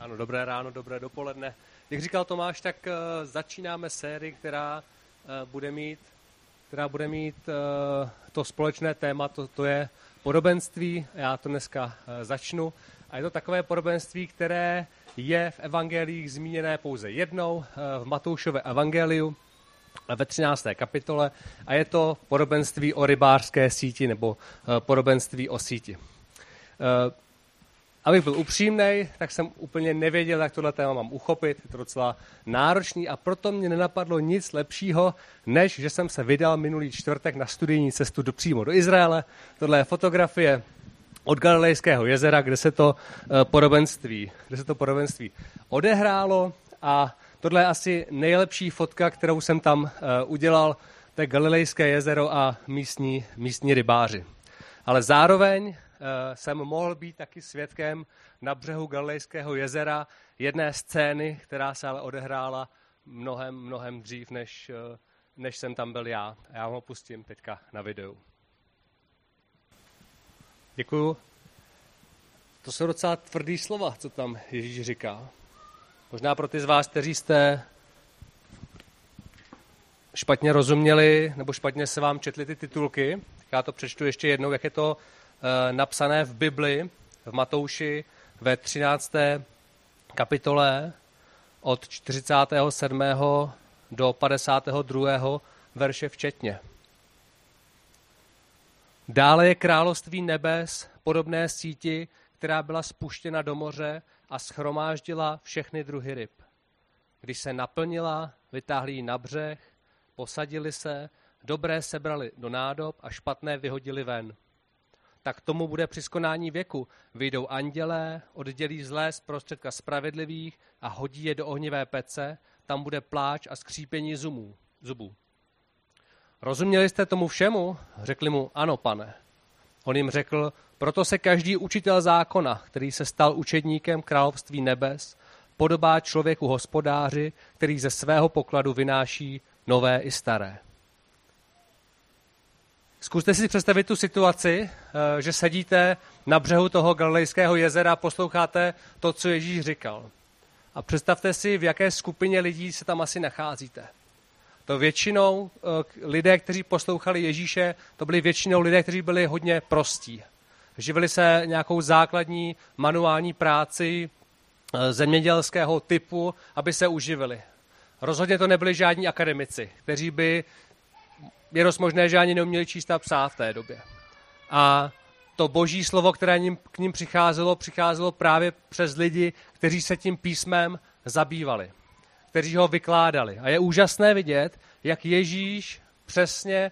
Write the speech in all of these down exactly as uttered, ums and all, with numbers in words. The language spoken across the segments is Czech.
Ano, dobré ráno, dobré dopoledne. Jak říkal Tomáš, tak uh, začínáme sérii, která uh, bude mít, která bude mít uh, to společné téma, to, to je podobenství. Já to dneska uh, začnu. A je to takové podobenství, které je v evangelích zmíněné pouze jednou, uh, v Matoušově evangeliu ve třinácté kapitole, a je to podobenství o rybářské síti nebo uh, podobenství o síti. Uh, Abych byl upřímnej, tak jsem úplně nevěděl, jak tohle téma mám uchopit. Je to docela náročný a proto mě nenapadlo nic lepšího, než že jsem se vydal minulý čtvrtek na studijní cestu do, přímo do Izraele. Tohle je fotografie od Galilejského jezera, kde se to uh, podobenství, kde se to podobenství odehrálo, a tohle je asi nejlepší fotka, kterou jsem tam uh, udělal. To je Galilejské jezero a místní, místní rybáři. Ale zároveň jsem mohl být taky svědkem na břehu Galilejského jezera jedné scény, která se ale odehrála mnohem, mnohem dřív, než, než jsem tam byl já. A já ho pustím teďka na videu. Děkuju. To jsou docela tvrdý slova, co tam Ježíš říká. Možná pro ty z vás, kteří jste špatně rozuměli, nebo špatně se vám četli ty titulky, tak já to přečtu ještě jednou, jak je to napsané v Bibli, v Matouši, ve třinácté kapitole od čtyřicátého sedmého do padesátého druhého verše včetně. Dále je království nebes podobné síti, která byla spuštěna do moře a shromáždila všechny druhy ryb. Když se naplnila, vytáhli ji na břeh, posadili se, dobré sebrali do nádob a špatné vyhodili ven. Tak tomu bude při skonání věku. Vyjdou andělé, oddělí zlé z prostředka spravedlivých a hodí je do ohnivé pece, tam bude pláč a skřípění zubů. zubů. Rozuměli jste tomu všemu? Řekli mu, ano, pane. On jim řekl, proto se každý učitel zákona, který se stal učedníkem království nebes, podobá člověku hospodáři, který ze svého pokladu vynáší nové i staré. Zkuste si představit tu situaci, že sedíte na břehu toho Galilejského jezera a posloucháte to, co Ježíš říkal. A představte si, v jaké skupině lidí se tam asi nacházíte. To většinou lidé, kteří poslouchali Ježíše, to byli většinou lidé, kteří byli hodně prostí. Živili se nějakou základní manuální práci zemědělského typu, aby se uživili. Rozhodně to nebyli žádní akademici, kteří by je dost možné, že ani neuměli číst a psát v té době. A to boží slovo, které ním, k ním přicházelo, přicházelo právě přes lidi, kteří se tím písmem zabývali, kteří ho vykládali. A je úžasné vidět, jak Ježíš přesně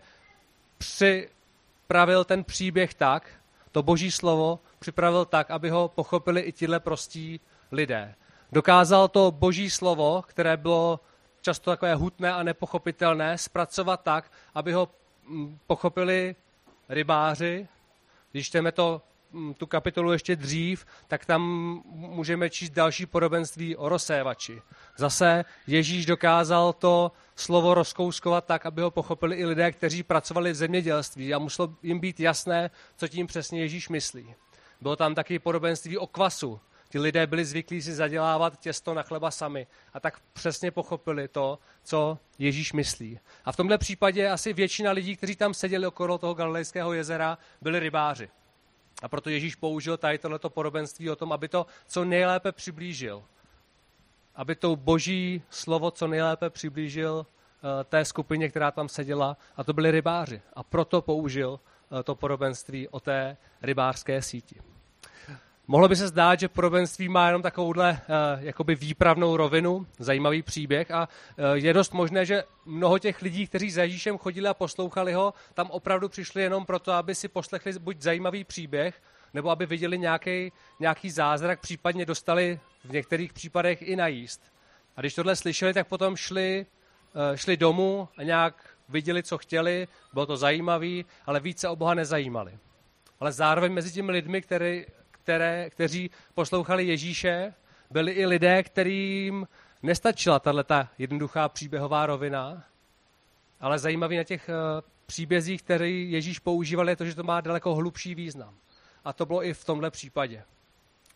připravil ten příběh tak, to boží slovo připravil tak, aby ho pochopili i tihle prostí lidé. Dokázal to boží slovo, které bylo často takové hutné a nepochopitelné, zpracovat tak, aby ho pochopili rybáři. Když čteme to, tu kapitolu ještě dřív, tak tam můžeme číst další podobenství o rozsévači. Zase Ježíš dokázal to slovo rozkouskovat tak, aby ho pochopili i lidé, kteří pracovali v zemědělství, a muselo jim být jasné, co tím přesně Ježíš myslí. Bylo tam taky podobenství o kvasu. Ti lidé byli zvyklí si zadělávat těsto na chleba sami a tak přesně pochopili to, co Ježíš myslí. A v tomhle případě asi většina lidí, kteří tam seděli okolo toho Galilejského jezera, byli rybáři. A proto Ježíš použil tady tohleto podobenství o tom, aby to co nejlépe přiblížil. Aby to boží slovo co nejlépe přiblížil uh, té skupině, která tam seděla, a to byli rybáři. A proto použil uh, to podobenství o té rybářské síti. Mohlo by se zdát, že podobenství má jenom takovouhle uh, jakoby výpravnou rovinu, zajímavý příběh, a uh, je dost možné, že mnoho těch lidí, kteří za Ježíšem chodili a poslouchali ho, tam opravdu přišli jenom proto, aby si poslechli buď zajímavý příběh, nebo aby viděli nějaký, nějaký zázrak, případně dostali v některých případech i najíst. A když tohle slyšeli, tak potom šli, uh, šli domů a nějak viděli, co chtěli, bylo to zajímavý, ale více o Boha nezajímali. Ale zároveň mezi těmi lidmi, který Které, kteří poslouchali Ježíše, byli i lidé, kterým nestačila tato jednoduchá příběhová rovina, ale zajímavý na těch uh, příbězích, které Ježíš používal, je to, že to má daleko hlubší význam. A to bylo i v tomhle případě.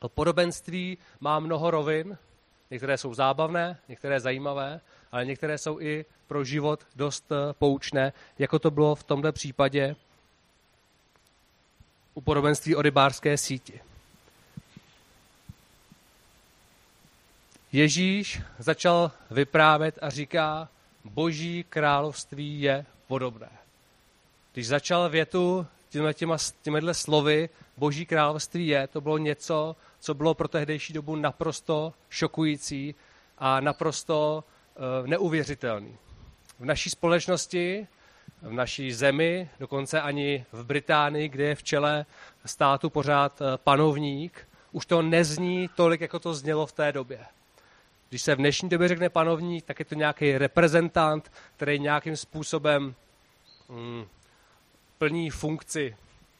To podobenství má mnoho rovin, některé jsou zábavné, některé zajímavé, ale některé jsou i pro život dost poučné, jako to bylo v tomto případě u podobenství o rybářské síti. Ježíš začal vyprávět a říká, Boží království je podobné. Když začal větu těma, těma, těma slovy Boží království je, to bylo něco, co bylo pro tehdejší dobu naprosto šokující a naprosto uh, neuvěřitelný. V naší společnosti, v naší zemi, dokonce ani v Británii, kde je v čele státu pořád uh, panovník, už to nezní tolik, jako to znělo v té době. Když se v dnešní době řekne panovník, tak je to nějaký reprezentant, který nějakým způsobem mm, plní funkci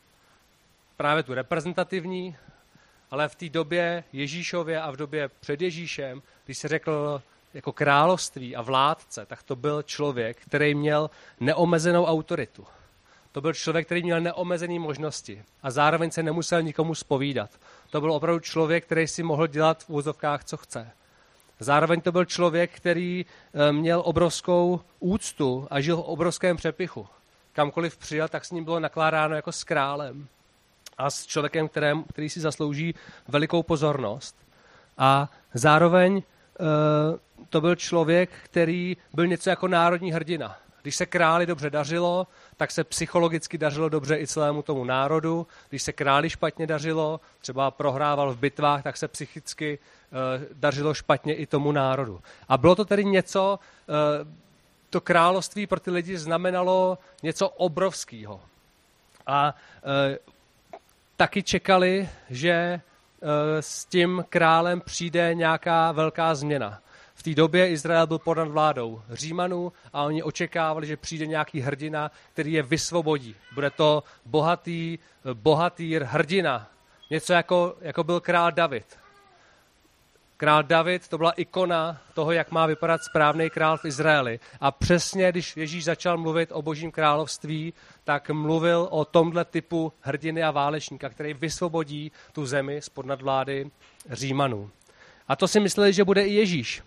právě tu reprezentativní, ale v té době Ježíšově a v době před Ježíšem, když se řekl jako království a vládce, tak to byl člověk, který měl neomezenou autoritu. To byl člověk, který měl neomezené možnosti a zároveň se nemusel nikomu zpovídat. To byl opravdu člověk, který si mohl dělat v úzovkách, co chce. Zároveň to byl člověk, který měl obrovskou úctu a žil v obrovském přepichu. Kamkoliv přijel, tak s ním bylo nakládáno jako s králem a s člověkem, kterém, který si zaslouží velikou pozornost. A zároveň to byl člověk, který byl něco jako národní hrdina. Když se králi dobře dařilo, tak se psychologicky dařilo dobře i celému tomu národu. Když se králi špatně dařilo, třeba prohrával v bitvách, tak se psychicky uh, dařilo špatně i tomu národu. A bylo to tedy něco, uh, to království pro ty lidi znamenalo něco obrovského. A uh, taky čekali, že uh, s tím králem přijde nějaká velká změna. V té době Izrael byl pod vládou Římanů a oni očekávali, že přijde nějaký hrdina, který je vysvobodí. Bude to bohatý bohatýr hrdina. Něco jako, jako byl král David. Král David, to byla ikona toho, jak má vypadat správný král v Izraeli. A přesně, když Ježíš začal mluvit o Božím království, tak mluvil o tomhle typu hrdiny a válečníka, který vysvobodí tu zemi spod nadvlády Římanů. A to si mysleli, že bude i Ježíš.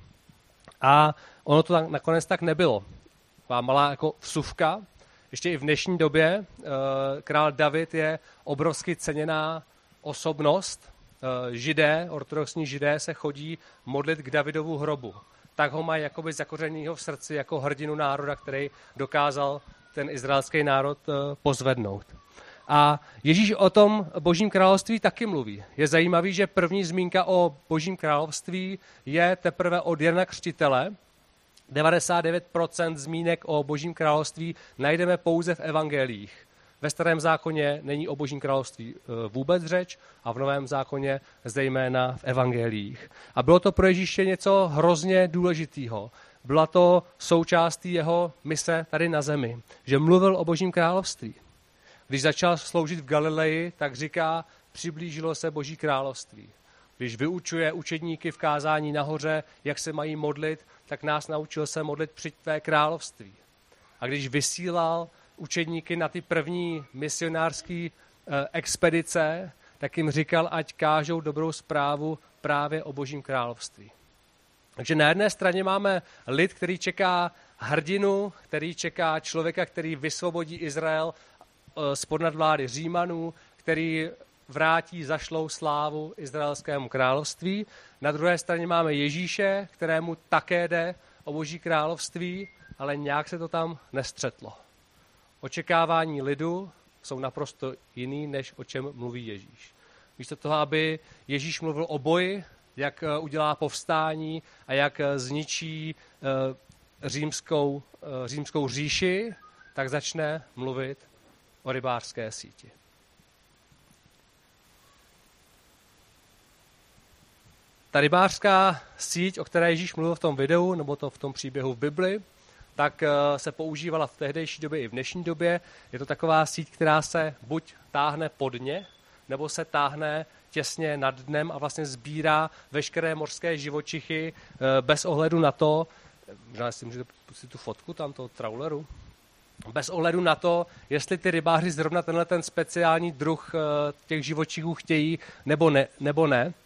A ono to tak, nakonec tak nebylo. Taková malá jako vsuvka. Ještě i v dnešní době e, král David je obrovsky ceněná osobnost. E, židé, ortodoxní židé se chodí modlit k Davidovu hrobu. Tak ho mají jakoby zakořenýho v srdci jako hrdinu národa, který dokázal ten izraelský národ e, pozvednout. A Ježíš o tom Božím království taky mluví. Je zajímavý, že první zmínka o Božím království je teprve od Jana Křtitele. devadesát devět procent zmínek o Božím království najdeme pouze v evangeliích. Ve Starém zákoně není o Božím království vůbec řeč a v Novém zákoně zejména v evangeliích. A bylo to pro Ježíše něco hrozně důležitého. Byla to součástí jeho mise tady na zemi, že mluvil o Božím království. Když začal sloužit v Galileji, tak říká, přiblížilo se Boží království. Když vyučuje učedníky v kázání nahoře, jak se mají modlit, tak nás naučil se modlit při tvé království. A když vysílal učedníky na ty první misionářské eh, expedice, tak jim říkal, ať kážou dobrou zprávu právě o Božím království. Takže na jedné straně máme lid, který čeká hrdinu, který čeká člověka, který vysvobodí Izrael spod nadvlády Římanů, který vrátí zašlou slávu izraelskému království. Na druhé straně máme Ježíše, kterému také jde o Boží království, ale nějak se to tam nestřetlo. Očekávání lidu jsou naprosto jiný, než o čem mluví Ježíš. Místo toho, aby Ježíš mluvil o boji, jak udělá povstání a jak zničí římskou, římskou říši, tak začne mluvit o rybářské síti. Ta rybářská síť, o které Ježíš mluvil v tom videu, nebo to v tom příběhu v Bibli, tak se používala v tehdejší době i v dnešní době. Je to taková síť, která se buď táhne po dně, nebo se táhne těsně nad dnem a vlastně sbírá veškeré mořské živočichy bez ohledu na to, možná si můžete pustit tu fotku tam toho trauleru, bez ohledu na to, jestli ty rybáři zrovna tenhle ten speciální druh těch živočichů chtějí nebo ne. Nebo ne.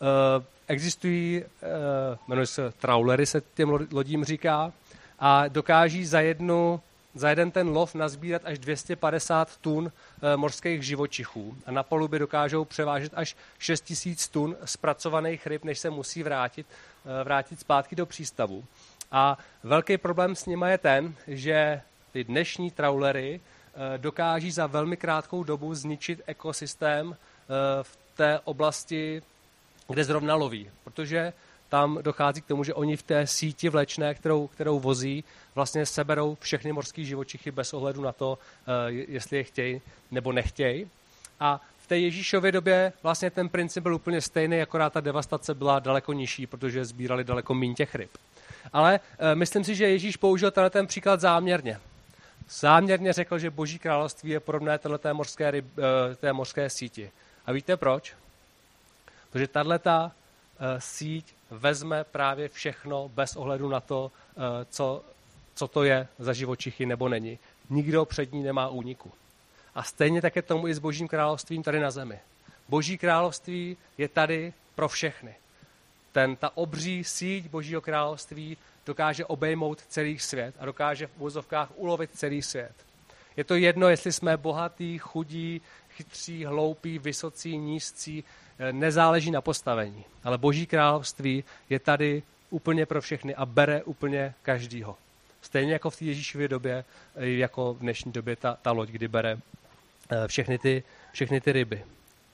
existují, jmenují se trawlery, se těm lodím říká, a dokáží za jednu za jeden ten lov nazbírat až dvě stě padesát tun e, morských živočichů. A na palubě dokážou převážet až šest tisíc tun zpracovaných ryb, než se musí vrátit, e, vrátit zpátky do přístavu. A velký problém s nimi je ten, že ty dnešní trawlery e, dokáží za velmi krátkou dobu zničit ekosystém e, v té oblasti, kde zrovna loví. Protože tam dochází k tomu, že oni v té síti vlečné, kterou, kterou vozí, vlastně seberou všechny morské živočichy bez ohledu na to, jestli je chtějí nebo nechtějí. A v té Ježíšově době vlastně ten princip byl úplně stejný, akorát ta devastace byla daleko nižší, protože sbírali daleko méně těch ryb. Ale myslím si, že Ježíš použil tenhle ten příklad záměrně. Záměrně řekl, že Boží království je podobné této morské, ryb, té morské síti. A víte proč? Protože tato síť vezme právě všechno bez ohledu na to, co, co to je za živočichy nebo není. Nikdo před ní nemá úniku. A stejně tak je tomu i s Božím královstvím tady na zemi. Boží království je tady pro všechny. Ten, ta obří síť Božího království dokáže obejmout celý svět a dokáže v uvozovkách ulovit celý svět. Je to jedno, jestli jsme bohatí, chudí, chytří, hloupí, vysocí, nízcí, nezáleží na postavení. Ale Boží království je tady úplně pro všechny a bere úplně každýho. Stejně jako v té Ježíšově době, jako v dnešní době ta, ta loď, kdy bere všechny ty, všechny ty ryby.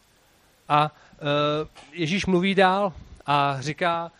A Ježíš mluví dál a říká,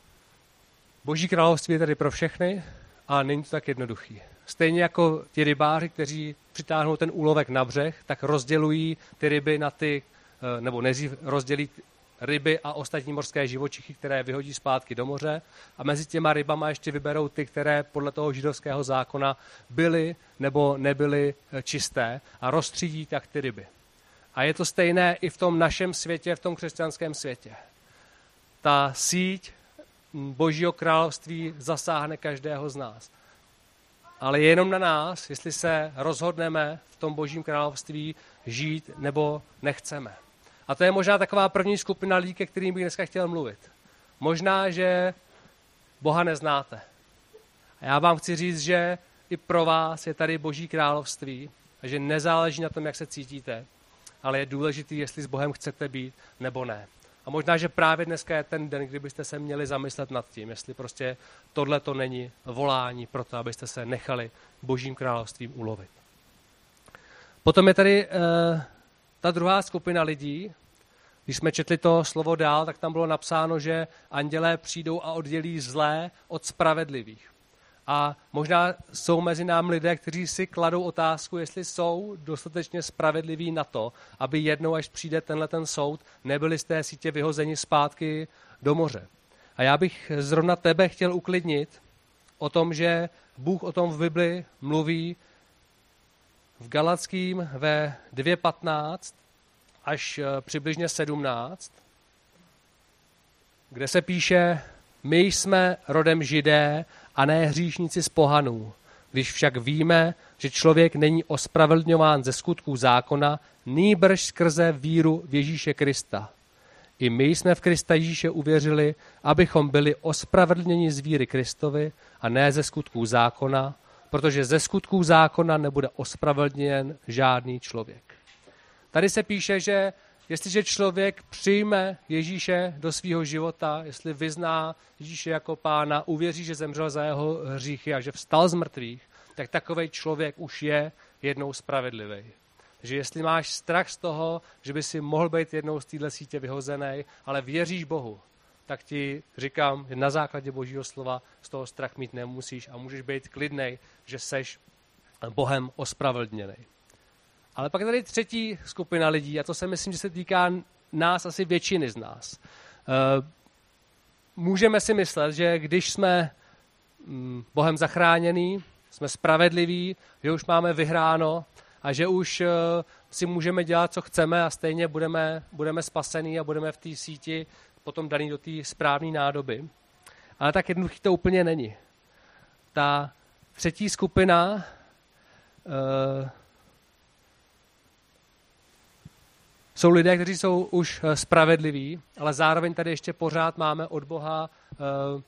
Boží království je tady pro všechny a není to tak jednoduchý. Stejně jako ti rybáři, kteří přitáhnou ten úlovek na břeh, tak rozdělují ty ryby na ty, nebo nejdřív rozdělí ryby a ostatní morské živočichy, které vyhodí zpátky do moře a mezi těma rybama ještě vyberou ty, které podle toho židovského zákona byly nebo nebyly čisté a rozstřídí tak ty ryby. A je to stejné i v tom našem světě, v tom křesťanském světě. Ta síť Božího království zasáhne každého z nás. Ale je jenom na nás, jestli se rozhodneme v tom Božím království žít nebo nechceme. A to je možná taková první skupina lidí, ke kterým bych dneska chtěl mluvit. Možná, že Boha neznáte. A já vám chci říct, že i pro vás je tady Boží království a že nezáleží na tom, jak se cítíte, ale je důležité, jestli s Bohem chcete být nebo ne. A možná, že právě dneska je ten den, kdybyste se měli zamyslet nad tím, jestli prostě tohle to není volání pro to, abyste se nechali Božím královstvím ulovit. Potom je tady uh, ta druhá skupina lidí. Když jsme četli to slovo dál, tak tam bylo napsáno, že andělé přijdou a oddělí zlé od spravedlivých. A možná jsou mezi námi lidé, kteří si kladou otázku, jestli jsou dostatečně spravedliví na to, aby jednou, až přijde tenhle ten soud, nebyli z té sítě vyhozeni zpátky do moře. A já bych zrovna tebe chtěl uklidnit o tom, že Bůh o tom v Bibli mluví v Galackým ve dvě patnáct až přibližně sedmnáct, kde se píše: My jsme rodem Židé a ne hříšníci z pohanů. Když však víme, že člověk není ospravedlňován ze skutků zákona, nýbrž skrze víru v Ježíše Krista. I my jsme v Krista Ježíše uvěřili, abychom byli ospravedlněni z víry Kristovi a ne ze skutků zákona, protože ze skutků zákona nebude ospravedlněn žádný člověk. Tady se píše, že jestliže člověk přijme Ježíše do svého života, jestli vyzná Ježíše jako pána, uvěří, že zemřel za jeho hříchy a že vstal z mrtvých, tak takovej člověk už je jednou spravedlivý. Takže jestli máš strach z toho, že by si mohl být jednou z téhle sítě vyhozený, ale věříš Bohu, tak ti říkám, že na základě Božího slova z toho strach mít nemusíš a můžeš být klidnej, že seš Bohem ospravedlněný. Ale pak tady třetí skupina lidí, a to si myslím, že se týká nás, asi většiny z nás. Můžeme si myslet, že když jsme Bohem zachránění, jsme spravedliví, že už máme vyhráno a že už si můžeme dělat, co chceme a stejně budeme, budeme spasení a budeme v té síti potom daný do té správné nádoby. Ale tak jednoduchý to úplně není. Ta třetí skupina jsou lidé, kteří jsou už spravedliví, ale zároveň tady ještě pořád máme od Boha uh,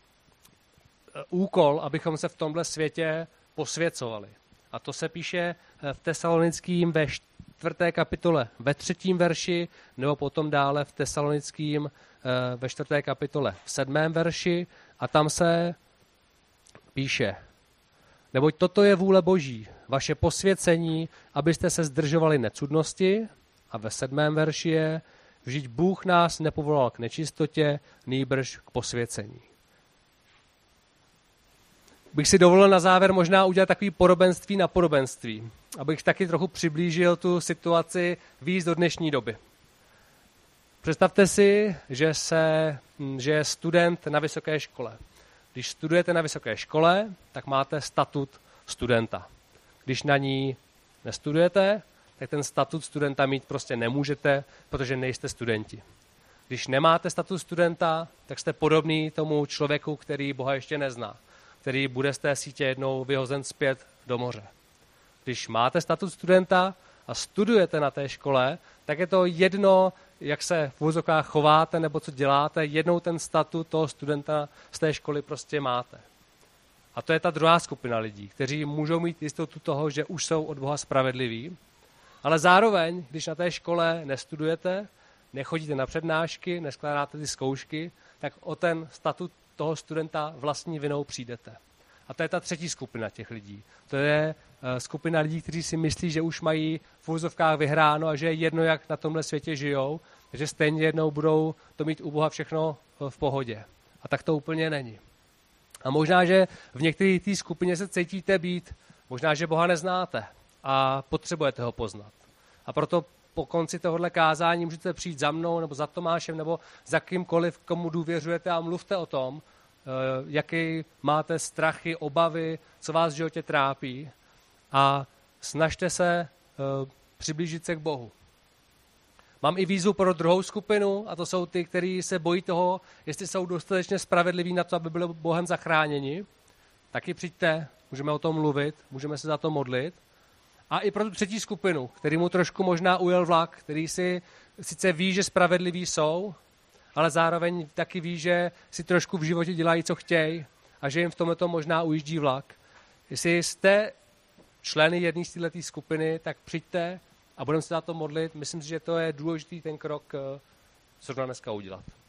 úkol, abychom se v tomhle světě posvěcovali. A to se píše v Tesalonickým ve čtvrté kapitole ve třetím verši, nebo potom dále v Tesalonickým ve čtvrté kapitole v sedmém verši. A tam se píše: neboť toto je vůle Boží, vaše posvěcení, abyste se zdržovali necudnosti. A ve sedmém verši je: vždyť Bůh nás nepovolal k nečistotě, nýbrž k posvěcení. Bych si dovolil na závěr možná udělat takový podobenství na podobenství, abych taky trochu přiblížil tu situaci víc do dnešní doby. Představte si, že, se, že je student na vysoké škole. Když studujete na vysoké škole, tak máte statut studenta. Když na ní nestudujete, tak ten statut studenta mít prostě nemůžete, protože nejste studenti. Když nemáte statut studenta, tak jste podobný tomu člověku, který Boha ještě nezná, který bude z té sítě jednou vyhozen zpět do moře. Když máte statut studenta a studujete na té škole, tak je to jedno, jak se v uvozovkách chováte nebo co děláte, jednou ten statut toho studenta z té školy prostě máte. A to je ta druhá skupina lidí, kteří můžou mít jistotu toho, že už jsou od Boha spravedliví, ale zároveň, když na té škole nestudujete, nechodíte na přednášky, neskládáte ty zkoušky, tak o ten statut toho studenta vlastní vinou přijdete. A to je ta třetí skupina těch lidí. To je uh, skupina lidí, kteří si myslí, že už mají v úvozovkách vyhráno a že je jedno, jak na tomhle světě žijou, že stejně jednou budou to mít u Boha všechno v pohodě. A tak to úplně není. A možná, že v některé té skupině se cítíte být, možná, že Boha neznáte a potřebujete ho poznat. A proto po konci tohohle kázání můžete přijít za mnou nebo za Tomášem nebo za kýmkoliv, komu důvěřujete a mluvte o tom, jaký máte strachy, obavy, co vás v životě trápí a snažte se přiblížit se k Bohu. Mám i výzvu pro druhou skupinu a to jsou ty, kteří se bojí toho, jestli jsou dostatečně spravedliví na to, aby byli Bohem zachráněni. Taky přijďte, můžeme o tom mluvit, můžeme se za to modlit. A i pro tu třetí skupinu, který mu trošku možná ujel vlak, který si sice ví, že spravedliví jsou, ale zároveň taky ví, že si trošku v životě dělají, co chtějí a že jim v tomto možná ujíždí vlak. Jestli jste členy jedné z této skupiny, tak přijďte a budeme se za to modlit. Myslím si, že to je důležitý ten krok zrovna dneska udělat.